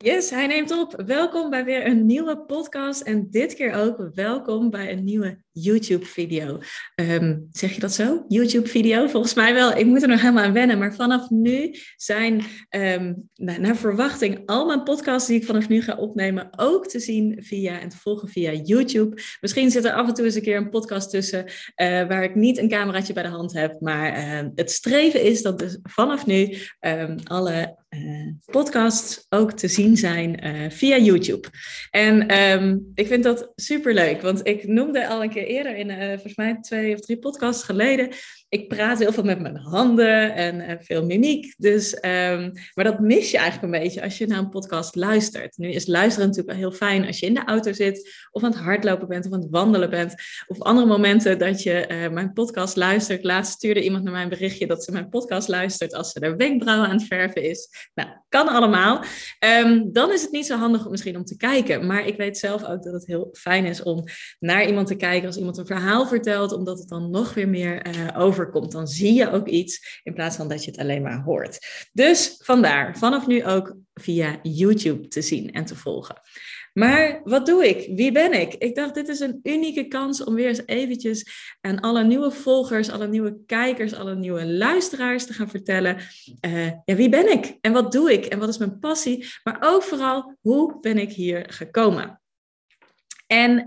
Yes, hij neemt op. Welkom bij weer een nieuwe podcast en dit keer ook welkom bij een nieuwe YouTube-video. Zeg je dat zo? YouTube-video? Volgens mij wel. Ik moet er nog helemaal aan wennen, maar vanaf nu zijn naar verwachting al mijn podcasts die ik vanaf nu ga opnemen ook te zien via en te volgen via YouTube. Misschien zit er af en toe eens een keer een podcast tussen waar ik niet een cameraatje bij de hand heb, maar het streven is dat dus vanaf nu alle podcasts ook te zien zijn via YouTube. En ik vind dat superleuk, want ik noemde al een keer eerder in volgens mij 2 of 3 podcasts geleden. Ik praat heel veel met mijn handen en veel mimiek. Dus, maar dat mis je eigenlijk een beetje als je naar een podcast luistert. Nu is luisteren natuurlijk wel heel fijn als je in de auto zit, of aan het hardlopen bent, of aan het wandelen bent. Of andere momenten dat je mijn podcast luistert. Laatst stuurde iemand naar mij een berichtje dat ze mijn podcast luistert als ze de wenkbrauwen aan het verven is. Nou, kan allemaal. Dan is het niet zo handig misschien om te kijken. Maar ik weet zelf ook dat het heel fijn is om naar iemand te kijken als iemand een verhaal vertelt, omdat het dan nog weer meer overkomt. Dan zie je ook iets in plaats van dat je het alleen maar hoort. Dus vandaar, vanaf nu ook via YouTube te zien en te volgen. Maar wat doe ik? Wie ben ik? Ik dacht, dit is een unieke kans om weer eens eventjes aan alle nieuwe volgers, alle nieuwe kijkers, alle nieuwe luisteraars te gaan vertellen. Wie ben ik? En wat doe ik? En wat is mijn passie? Maar ook vooral, hoe ben ik hier gekomen? En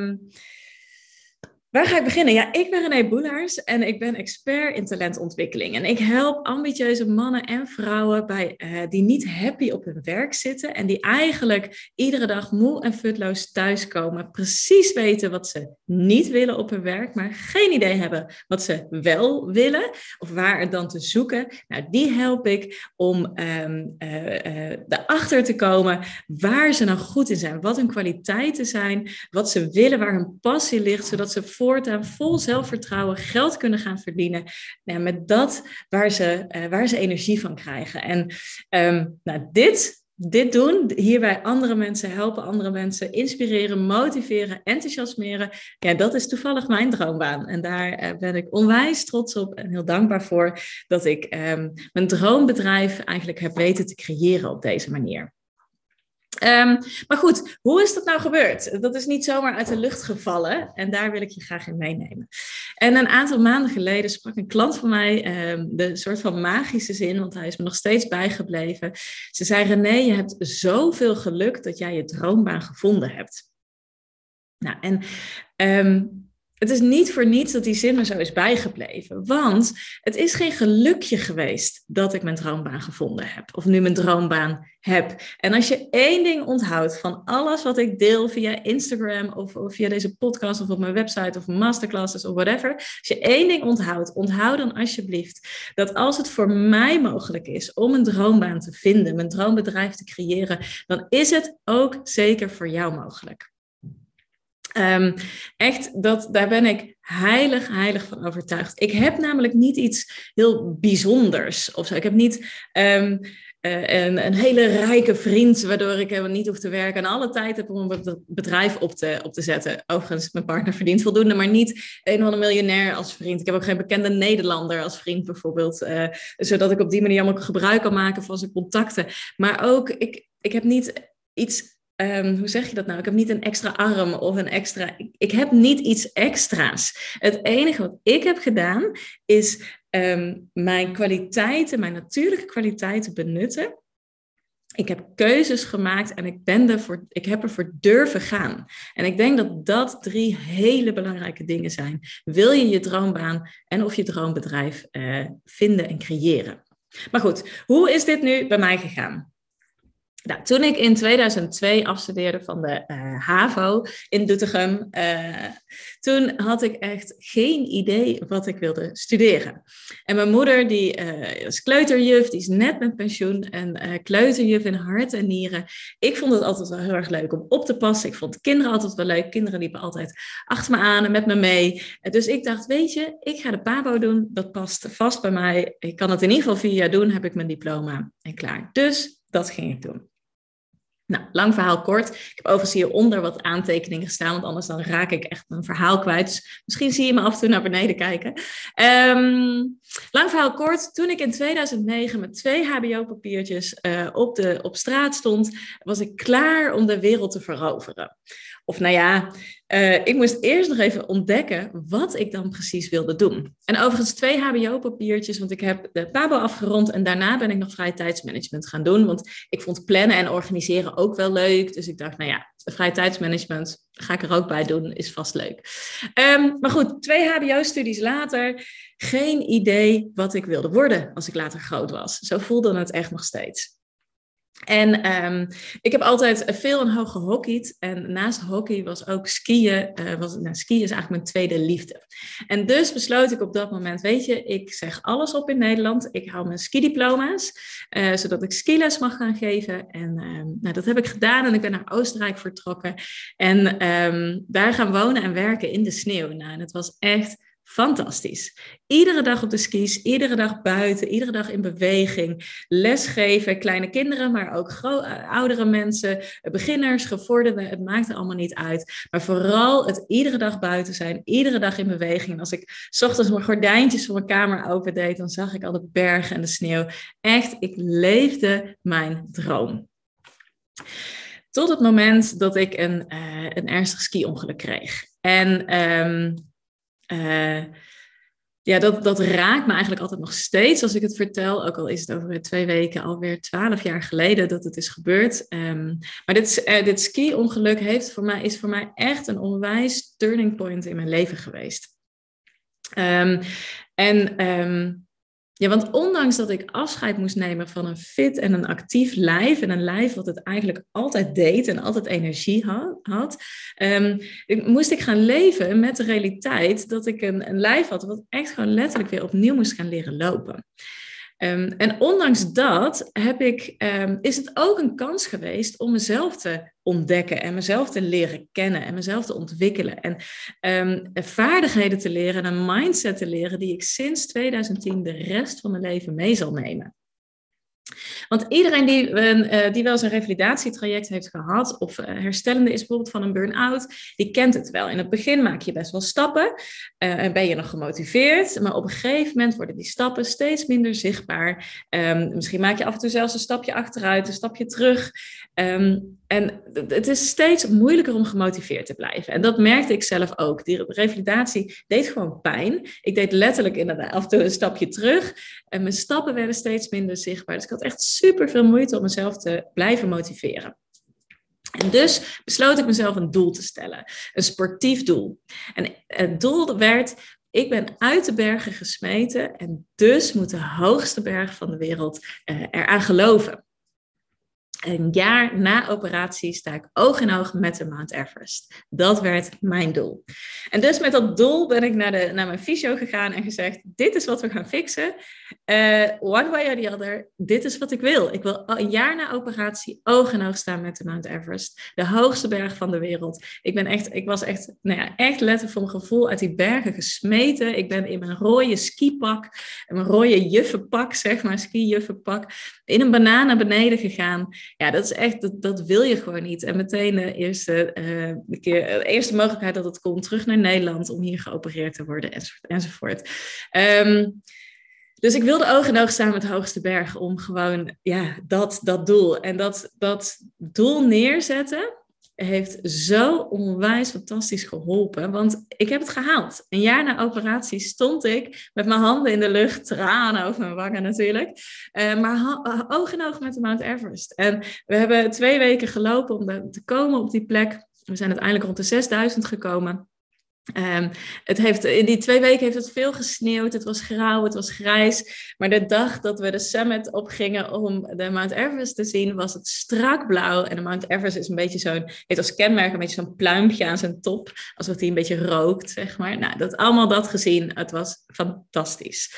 waar ga ik beginnen? Ja, ik ben René Boelaars en ik ben expert in talentontwikkeling. En ik help ambitieuze mannen en vrouwen die niet happy op hun werk zitten en die eigenlijk iedere dag moe en futloos thuiskomen. Precies weten wat ze niet willen op hun werk, maar geen idee hebben wat ze wel willen of waar het dan te zoeken. Nou, die help ik om erachter te komen waar ze nou goed in zijn, wat hun kwaliteiten zijn, wat ze willen, waar hun passie ligt, zodat ze voortaan vol zelfvertrouwen geld kunnen gaan verdienen. Nou, met dat waar ze energie van krijgen. En dit doen, hierbij andere mensen helpen, andere mensen inspireren, motiveren, enthousiasmeren. Ja, dat is toevallig mijn droombaan. En daar ben ik onwijs trots op en heel dankbaar voor dat ik mijn droombedrijf eigenlijk heb weten te creëren op deze manier. Maar goed, hoe is dat nou gebeurd? Dat is niet zomaar uit de lucht gevallen en daar wil ik je graag in meenemen. En een aantal maanden geleden sprak een klant van mij de soort van magische zin, want hij is me nog steeds bijgebleven. Ze zei, René, je hebt zoveel geluk dat jij je droombaan gevonden hebt. Nou, en het is niet voor niets dat die zin me zo is bijgebleven. Want het is geen gelukje geweest dat ik mijn droombaan gevonden heb. Of nu mijn droombaan heb. En als je één ding onthoudt van alles wat ik deel via Instagram of via deze podcast of op mijn website of masterclasses of whatever. Als je één ding onthoudt, onthoud dan alsjeblieft dat als het voor mij mogelijk is om een droombaan te vinden, mijn droombedrijf te creëren, dan is het ook zeker voor jou mogelijk. Daar ben ik heilig van overtuigd. Ik heb namelijk niet iets heel bijzonders of zo. Ik heb niet een hele rijke vriend, waardoor ik niet hoef te werken en alle tijd heb om een bedrijf op te zetten. Overigens, mijn partner verdient voldoende, maar niet een of andere miljonair als vriend. Ik heb ook geen bekende Nederlander als vriend bijvoorbeeld, zodat ik op die manier allemaal gebruik kan maken van zijn contacten. Maar ook, ik heb niet iets... hoe zeg je dat nou? Ik heb niet een extra arm of een extra... Ik heb niet iets extra's. Het enige wat ik heb gedaan is mijn kwaliteiten, mijn natuurlijke kwaliteiten benutten. Ik heb keuzes gemaakt en ik heb ervoor durven gaan. En ik denk dat dat 3 hele belangrijke dingen zijn. Wil je je droombaan en of je droombedrijf vinden en creëren? Maar goed, hoe is dit nu bij mij gegaan? Nou, toen ik in 2002 afstudeerde van de HAVO in Doetinchem, toen had ik echt geen idee wat ik wilde studeren. En mijn moeder, die is kleuterjuf, die is net met pensioen en kleuterjuf in hart en nieren. Ik vond het altijd wel heel erg leuk om op te passen. Ik vond kinderen altijd wel leuk. Kinderen liepen altijd achter me aan en met me mee. Dus ik dacht, weet je, ik ga de PABO doen. Dat past vast bij mij. Ik kan het in ieder geval 4 jaar doen, heb ik mijn diploma en klaar. Dus dat ging ik doen. Nou, lang verhaal kort. Ik heb overigens hieronder wat aantekeningen gestaan, want anders dan raak ik echt mijn verhaal kwijt. Dus misschien zie je me af en toe naar beneden kijken. Lang verhaal kort. Toen ik in 2009 met 2 HBO-papiertjes op straat stond, was ik klaar om de wereld te veroveren. Of nou ja, ik moest eerst nog even ontdekken wat ik dan precies wilde doen. En overigens 2 HBO-papiertjes, want ik heb de PABO afgerond en daarna ben ik nog vrije tijdsmanagement gaan doen. Want ik vond plannen en organiseren ook wel leuk. Dus ik dacht, nou ja, vrije tijdsmanagement ga ik er ook bij doen, is vast leuk. Maar goed, 2 HBO-studies later, geen idee wat ik wilde worden als ik later groot was. Zo voelde het echt nog steeds. En ik heb altijd veel en hoog gehockeyd. En naast hockey was ook skiën. Skiën is eigenlijk mijn tweede liefde. En dus besloot ik op dat moment, weet je, ik zeg alles op in Nederland. Ik hou mijn skidiploma's, zodat ik skiles mag gaan geven. En nou, dat heb ik gedaan en ik ben naar Oostenrijk vertrokken. En daar gaan wonen en werken in de sneeuw. Nou, en het was echt fantastisch. Iedere dag op de skis, iedere dag buiten, iedere dag in beweging, lesgeven, kleine kinderen, maar ook oudere mensen, beginners, gevorderden, het maakte allemaal niet uit. Maar vooral het iedere dag buiten zijn, iedere dag in beweging. En als ik 's ochtends mijn gordijntjes van mijn kamer opendeed, dan zag ik al de bergen en de sneeuw. Echt, ik leefde mijn droom. Tot het moment dat ik een ernstig ski-ongeluk kreeg. En ja, dat raakt me eigenlijk altijd nog steeds als ik het vertel. Ook al is het over 2 weken alweer 12 jaar geleden dat het is gebeurd. Maar dit ski-ongeluk is voor mij echt een onwijs turning point in mijn leven geweest. Ja, want ondanks dat ik afscheid moest nemen van een fit en een actief lijf, en een lijf wat het eigenlijk altijd deed en altijd energie had, moest ik gaan leven met de realiteit dat ik een lijf had wat echt gewoon letterlijk weer opnieuw moest gaan leren lopen. En ondanks dat is het ook een kans geweest om mezelf te ontdekken en mezelf te leren kennen en mezelf te ontwikkelen en vaardigheden te leren en een mindset te leren die ik sinds 2010 de rest van mijn leven mee zal nemen. Want iedereen die wel eens een revalidatietraject heeft gehad of herstellende is bijvoorbeeld van een burn-out, die kent het wel. In het begin maak je best wel stappen en ben je nog gemotiveerd, maar op een gegeven moment worden die stappen steeds minder zichtbaar. Misschien maak je af en toe zelfs een stapje achteruit, een stapje terug. En het is steeds moeilijker om gemotiveerd te blijven. En dat merkte ik zelf ook. Die revalidatie deed gewoon pijn. Ik deed letterlijk inderdaad af en toe een stapje terug. En mijn stappen werden steeds minder zichtbaar. Dus ik had echt super veel moeite om mezelf te blijven motiveren. En dus besloot ik mezelf een doel te stellen. Een sportief doel. En het doel werd: ik ben uit de bergen gesmeten. En dus moet de hoogste berg van de wereld eraan geloven. Een jaar na operatie sta ik oog in oog met de Mount Everest. Dat werd mijn doel. En dus met dat doel ben ik naar mijn fysio gegaan en gezegd: dit is wat we gaan fixen. One way or the other, dit is wat ik wil. Ik wil een jaar na operatie oog in oog staan met de Mount Everest. De hoogste berg van de wereld. Ik was echt letterlijk voor mijn gevoel uit die bergen gesmeten. Ik ben in mijn rode skipak, mijn rode juffenpak, zeg maar, ski-juffenpak, in een banaan naar beneden gegaan. Ja, dat is echt, dat wil je gewoon niet. En meteen de eerste mogelijkheid dat het komt, terug naar Nederland om hier geopereerd te worden, enzovoort. Dus ik wilde oog in oog staan met de hoogste berg om gewoon, ja, dat doel. En dat doel neerzetten heeft zo onwijs fantastisch geholpen, want ik heb het gehaald. Een jaar na operatie stond ik met mijn handen in de lucht, tranen over mijn wangen natuurlijk, maar oog in oog met de Mount Everest. En we hebben 2 weken gelopen om te komen op die plek. We zijn uiteindelijk rond de 6000 gekomen. In die 2 weken heeft het veel gesneeuwd, het was grauw, het was grijs. Maar de dag dat we de summit opgingen om de Mount Everest te zien, was het strak blauw. En de Mount Everest is een beetje heeft als kenmerk een beetje zo'n pluimpje aan zijn top, alsof hij een beetje rookt, zeg maar. Nou, allemaal dat gezien, het was fantastisch.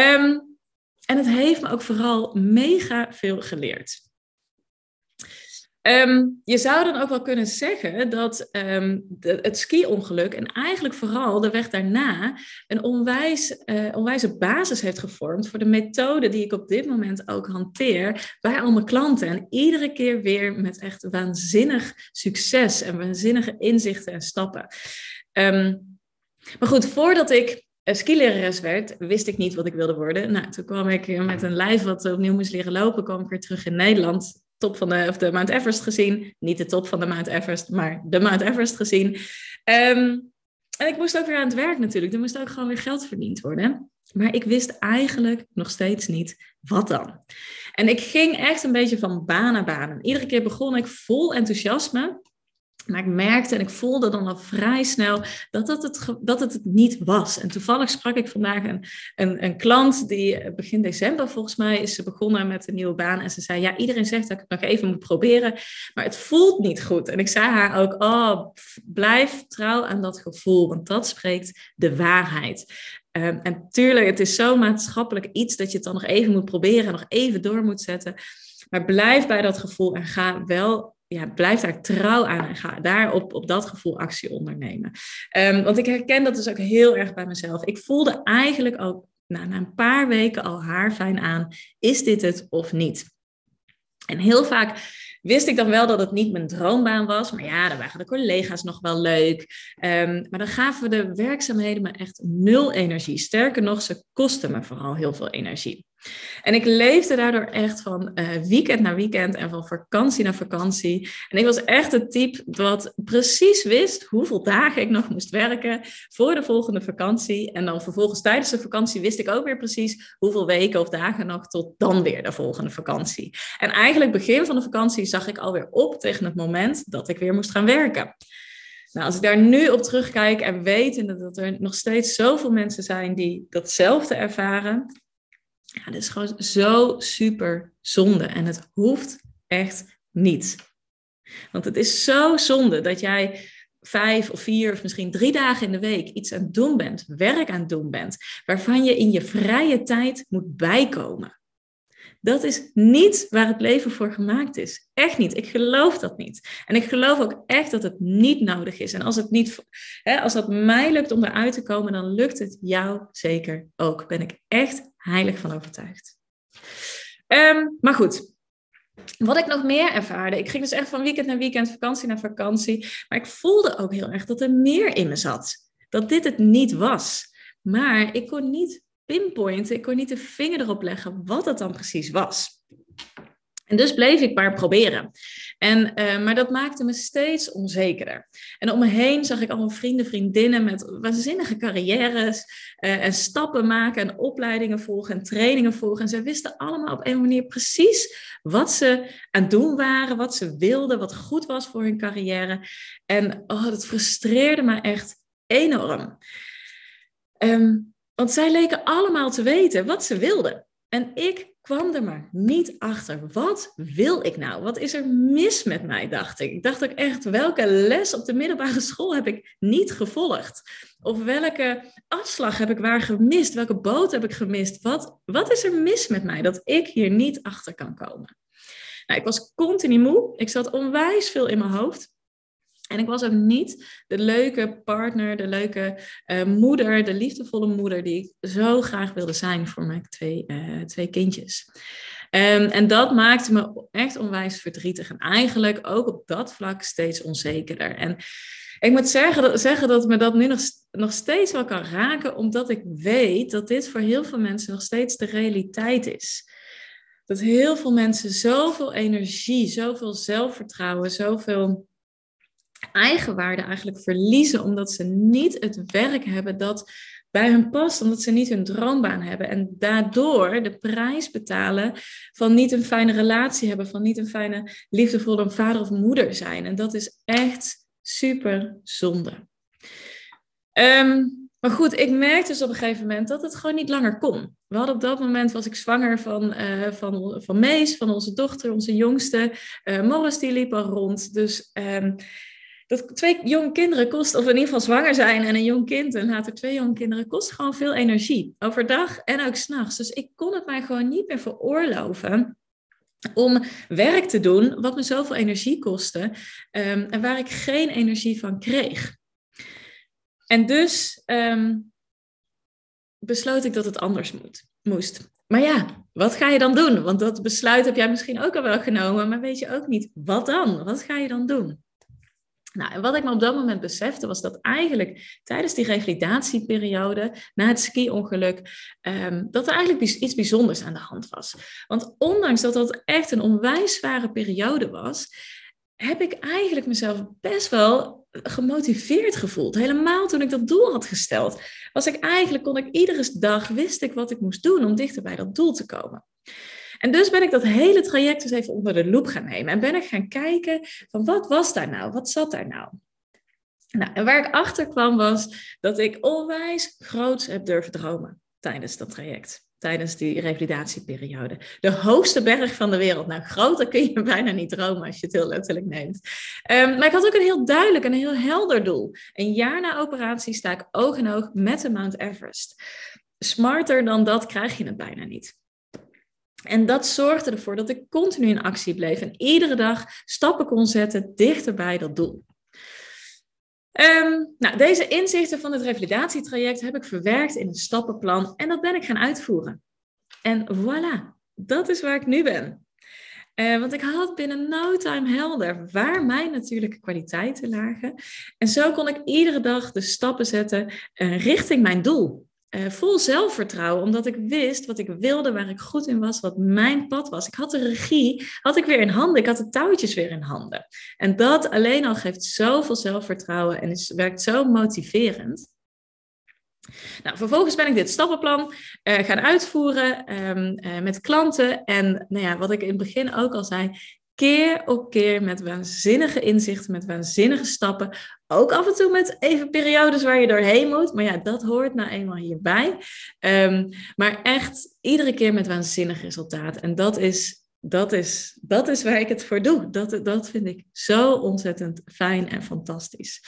En het heeft me ook vooral mega veel geleerd. Je zou dan ook wel kunnen zeggen dat het ski-ongeluk en eigenlijk vooral de weg daarna een onwijze basis heeft gevormd voor de methode die ik op dit moment ook hanteer bij al mijn klanten. En iedere keer weer met echt waanzinnig succes en waanzinnige inzichten en stappen. Maar goed, voordat ik skilerares werd, wist ik niet wat ik wilde worden. Nou, toen kwam ik met een lijf wat opnieuw moest leren lopen, kwam ik weer terug in Nederland. Top van de Mount Everest gezien. Niet de top van de Mount Everest, maar de Mount Everest gezien. En ik moest ook weer aan het werk natuurlijk. Er moest ook gewoon weer geld verdiend worden. Maar ik wist eigenlijk nog steeds niet wat dan. En ik ging echt een beetje van baan naar baan. En iedere keer begon ik vol enthousiasme. Maar ik merkte en ik voelde dan al vrij snel dat het niet was. En toevallig sprak ik vandaag een klant die begin december volgens mij is ze begonnen met een nieuwe baan. En ze zei, ja, iedereen zegt dat ik het nog even moet proberen, maar het voelt niet goed. En ik zei haar ook, blijf trouw aan dat gevoel, want dat spreekt de waarheid. En tuurlijk, het is zo maatschappelijk iets dat je het dan nog even moet proberen, nog even door moet zetten. Maar blijf bij dat gevoel en ga wel... Ja, blijf daar trouw aan en ga daar op dat gevoel actie ondernemen. Want ik herken dat dus ook heel erg bij mezelf. Ik voelde eigenlijk ook na een paar weken al haarfijn aan, is dit het of niet? En heel vaak wist ik dan wel dat het niet mijn droombaan was. Maar ja, dan waren de collega's nog wel leuk. Maar dan gaven de werkzaamheden me echt 0 energie. Sterker nog, ze kosten me vooral heel veel energie. En ik leefde daardoor echt van weekend naar weekend en van vakantie naar vakantie. En ik was echt het type wat precies wist hoeveel dagen ik nog moest werken voor de volgende vakantie. En dan vervolgens tijdens de vakantie wist ik ook weer precies hoeveel weken of dagen nog tot dan weer de volgende vakantie. En eigenlijk begin van de vakantie zag ik alweer op tegen het moment dat ik weer moest gaan werken. Nou, als ik daar nu op terugkijk en weet dat er nog steeds zoveel mensen zijn die datzelfde ervaren... Ja, dat is gewoon zo super zonde. En het hoeft echt niet. Want het is zo zonde dat jij 5 of 4 of misschien 3 dagen in de week iets aan het doen bent, werk aan het doen bent, waarvan je in je vrije tijd moet bijkomen. Dat is niet waar het leven voor gemaakt is. Echt niet. Ik geloof dat niet. En ik geloof ook echt dat het niet nodig is. En als dat mij lukt om eruit te komen, dan lukt het jou zeker ook. Ben ik echt heilig van overtuigd. Maar goed. Wat ik nog meer ervaarde, ik ging dus echt van weekend naar weekend, vakantie naar vakantie. Maar ik voelde ook heel erg dat er meer in me zat. Dat dit het niet was. Maar ik kon niet pinpointen, ik kon niet de vinger erop leggen wat het dan precies was. En dus bleef ik maar proberen. Maar dat maakte me steeds onzekerder. En om me heen zag ik allemaal vrienden, vriendinnen met waanzinnige carrières en stappen maken en opleidingen volgen en trainingen volgen. En zij wisten allemaal op een manier precies wat ze aan het doen waren, wat ze wilden, wat goed was voor hun carrière. En dat frustreerde me echt enorm. Want zij leken allemaal te weten wat ze wilden. En ik kwam er maar niet achter. Wat wil ik nou? Wat is er mis met mij, dacht ik. Ik dacht ook echt, welke les op de middelbare school heb ik niet gevolgd? Of welke afslag heb ik waar gemist? Welke boot heb ik gemist? Wat is er mis met mij dat ik hier niet achter kan komen? Nou, ik was continu moe. Ik zat onwijs veel in mijn hoofd. En ik was ook niet de leuke partner, de leuke moeder, de liefdevolle moeder die ik zo graag wilde zijn voor mijn twee kindjes. En dat maakte me echt onwijs verdrietig en eigenlijk ook op dat vlak steeds onzekerder. En ik moet zeggen dat me dat nu nog steeds wel kan raken, omdat ik weet dat dit voor heel veel mensen nog steeds de realiteit is. Dat heel veel mensen zoveel energie, zoveel zelfvertrouwen, zoveel eigenwaarde eigenlijk verliezen, omdat ze niet het werk hebben dat bij hun past, omdat ze niet hun droombaan hebben en daardoor de prijs betalen van niet een fijne relatie hebben, van niet een fijne, liefdevolle vader of moeder zijn. En dat is echt super zonde. Maar goed, ik merkte dus op een gegeven moment dat het gewoon niet langer kon. We hadden op dat moment, was ik zwanger van Mees, van onze dochter, onze jongste. Morris die liep al rond, dus... Dat 2 jonge kinderen kost, of in ieder geval zwanger zijn en een jong kind en later 2 jonge kinderen, kost gewoon veel energie. Overdag en ook 's nachts. Dus ik kon het mij gewoon niet meer veroorloven om werk te doen wat me zoveel energie kostte en waar ik geen energie van kreeg. En dus besloot ik dat het anders moest. Maar ja, wat ga je dan doen? Want dat besluit heb jij misschien ook al wel genomen, maar weet je ook niet, wat dan? Wat ga je dan doen? Nou, en wat ik me op dat moment besefte, was dat eigenlijk tijdens die revalidatieperiode, na het ski-ongeluk, dat er eigenlijk iets bijzonders aan de hand was. Want ondanks dat dat echt een onwijs zware periode was, heb ik eigenlijk mezelf best wel gemotiveerd gevoeld. Helemaal toen ik dat doel had gesteld, kon ik iedere dag, wist ik wat ik moest doen om dichter bij dat doel te komen. En dus ben ik dat hele traject dus even onder de loep gaan nemen. En ben ik gaan kijken van wat was daar nou? Wat zat daar nou? Nou, en waar ik achter kwam was dat ik onwijs groots heb durven dromen tijdens dat traject. Tijdens die revalidatieperiode. De hoogste berg van de wereld. Nou, groter kun je bijna niet dromen als je het heel letterlijk neemt. Maar ik had ook een heel duidelijk en een heel helder doel. Een jaar na operatie sta ik oog in oog met de Mount Everest. Smarter dan dat krijg je het bijna niet. En dat zorgde ervoor dat ik continu in actie bleef en iedere dag stappen kon zetten dichter bij dat doel. Nou, deze inzichten van het revalidatietraject heb ik verwerkt in een stappenplan en dat ben ik gaan uitvoeren. En voilà, dat is waar ik nu ben. Want ik had binnen no time helder waar mijn natuurlijke kwaliteiten lagen. En zo kon ik iedere dag de stappen zetten richting mijn doel. Vol zelfvertrouwen, omdat ik wist wat ik wilde, waar ik goed in was, wat mijn pad was. Ik had de regie, had ik weer in handen, ik had de touwtjes weer in handen. En dat alleen al geeft zoveel zelfvertrouwen en werkt zo motiverend. Nou, vervolgens ben ik dit stappenplan gaan uitvoeren met klanten. En nou ja, wat ik in het begin ook al zei, keer op keer met waanzinnige inzichten, met waanzinnige stappen. Ook af en toe met even periodes waar je doorheen moet. Maar ja, dat hoort nou eenmaal hierbij. Maar echt iedere keer met waanzinnig resultaat. En dat is waar ik het voor doe. Dat vind ik zo ontzettend fijn en fantastisch.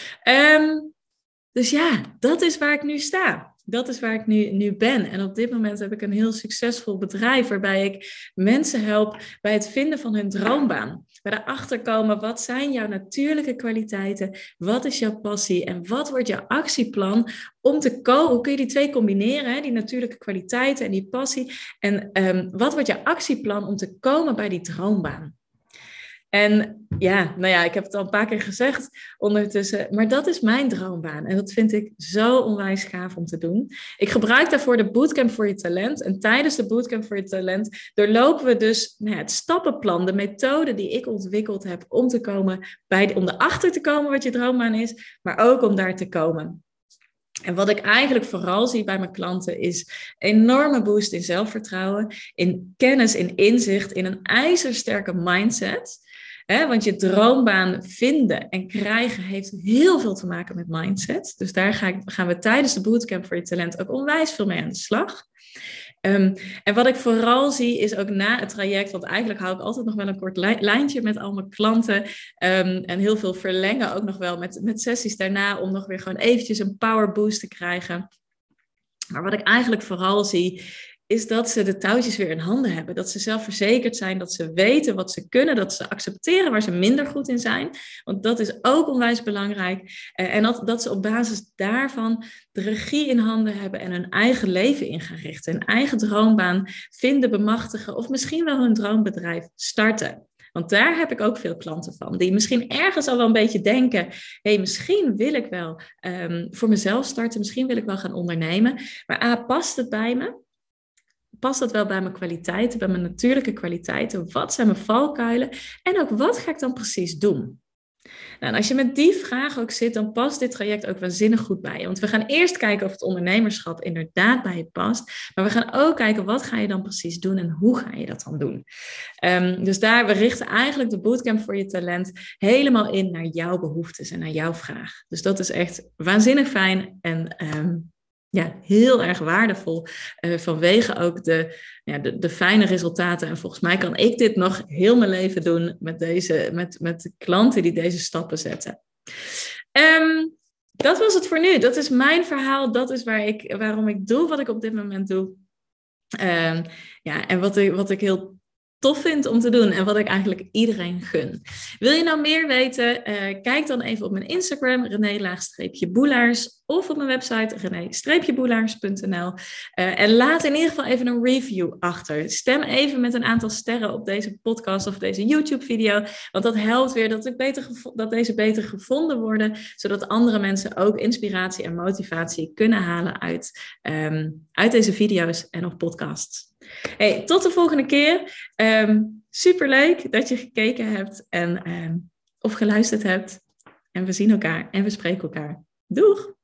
Dus ja, dat is waar ik nu sta. Dat is waar ik nu ben. En op dit moment heb ik een heel succesvol bedrijf waarbij ik mensen help bij het vinden van hun droombaan. Bij erachter komen, wat zijn jouw natuurlijke kwaliteiten? Wat is jouw passie? En wat wordt jouw actieplan om te komen? Hoe kun je die twee combineren, hè? Die natuurlijke kwaliteiten en die passie? En wat wordt jouw actieplan om te komen bij die droombaan? En ja, nou ja, ik heb het al een paar keer gezegd ondertussen, maar dat is mijn droombaan. En dat vind ik zo onwijs gaaf om te doen. Ik gebruik daarvoor de Bootcamp voor je talent. En tijdens de Bootcamp voor je talent doorlopen we dus het stappenplan, de methode die ik ontwikkeld heb om om erachter te komen wat je droombaan is, maar ook om daar te komen. En wat ik eigenlijk vooral zie bij mijn klanten is een enorme boost in zelfvertrouwen, in kennis, in inzicht, in een ijzersterke mindset. Want je droombaan vinden en krijgen heeft heel veel te maken met mindset. Dus daar gaan we tijdens de Bootcamp voor je talent ook onwijs veel mee aan de slag. En wat ik vooral zie is ook na het traject, want eigenlijk hou ik altijd nog wel een kort lijntje met al mijn klanten en heel veel verlengen ook nog wel met sessies daarna om nog weer gewoon eventjes een power boost te krijgen. Maar wat ik eigenlijk vooral zie is dat ze de touwtjes weer in handen hebben. Dat ze zelfverzekerd zijn, dat ze weten wat ze kunnen, dat ze accepteren waar ze minder goed in zijn. Want dat is ook onwijs belangrijk. En dat ze op basis daarvan de regie in handen hebben en hun eigen leven in gaan richten. Hun eigen droombaan vinden, bemachtigen of misschien wel hun droombedrijf starten. Want daar heb ik ook veel klanten van, die misschien ergens al wel een beetje denken, hey, misschien wil ik wel voor mezelf starten, misschien wil ik wel gaan ondernemen. Maar past het bij me? Past dat wel bij mijn kwaliteiten, bij mijn natuurlijke kwaliteiten? Wat zijn mijn valkuilen? En ook wat ga ik dan precies doen? Nou, en als je met die vraag ook zit, dan past dit traject ook waanzinnig goed bij je. Want we gaan eerst kijken of het ondernemerschap inderdaad bij je past. Maar we gaan ook kijken, wat ga je dan precies doen en hoe ga je dat dan doen? Dus we richten eigenlijk de Bootcamp voor je talent helemaal in naar jouw behoeftes en naar jouw vraag. Dus dat is echt waanzinnig fijn en heel erg waardevol vanwege ook de fijne resultaten. En volgens mij kan ik dit nog heel mijn leven doen met de klanten die deze stappen zetten. Dat was het voor nu. Dat is mijn verhaal. Dat is waarom ik doe wat ik op dit moment doe. En wat ik heel tof vind om te doen en wat ik eigenlijk iedereen gun. Wil je nou meer weten? Kijk dan even op mijn Instagram, René-Boelaars, of op mijn website, René-Boelaars.nl. En laat in ieder geval even een review achter. Stem even met een aantal sterren op deze podcast of deze YouTube-video, want dat helpt weer dat deze beter gevonden worden, zodat andere mensen ook inspiratie en motivatie kunnen halen uit deze video's en of podcasts. Hey, tot de volgende keer. Superleuk dat je gekeken hebt of geluisterd hebt. En we zien elkaar en we spreken elkaar. Doeg!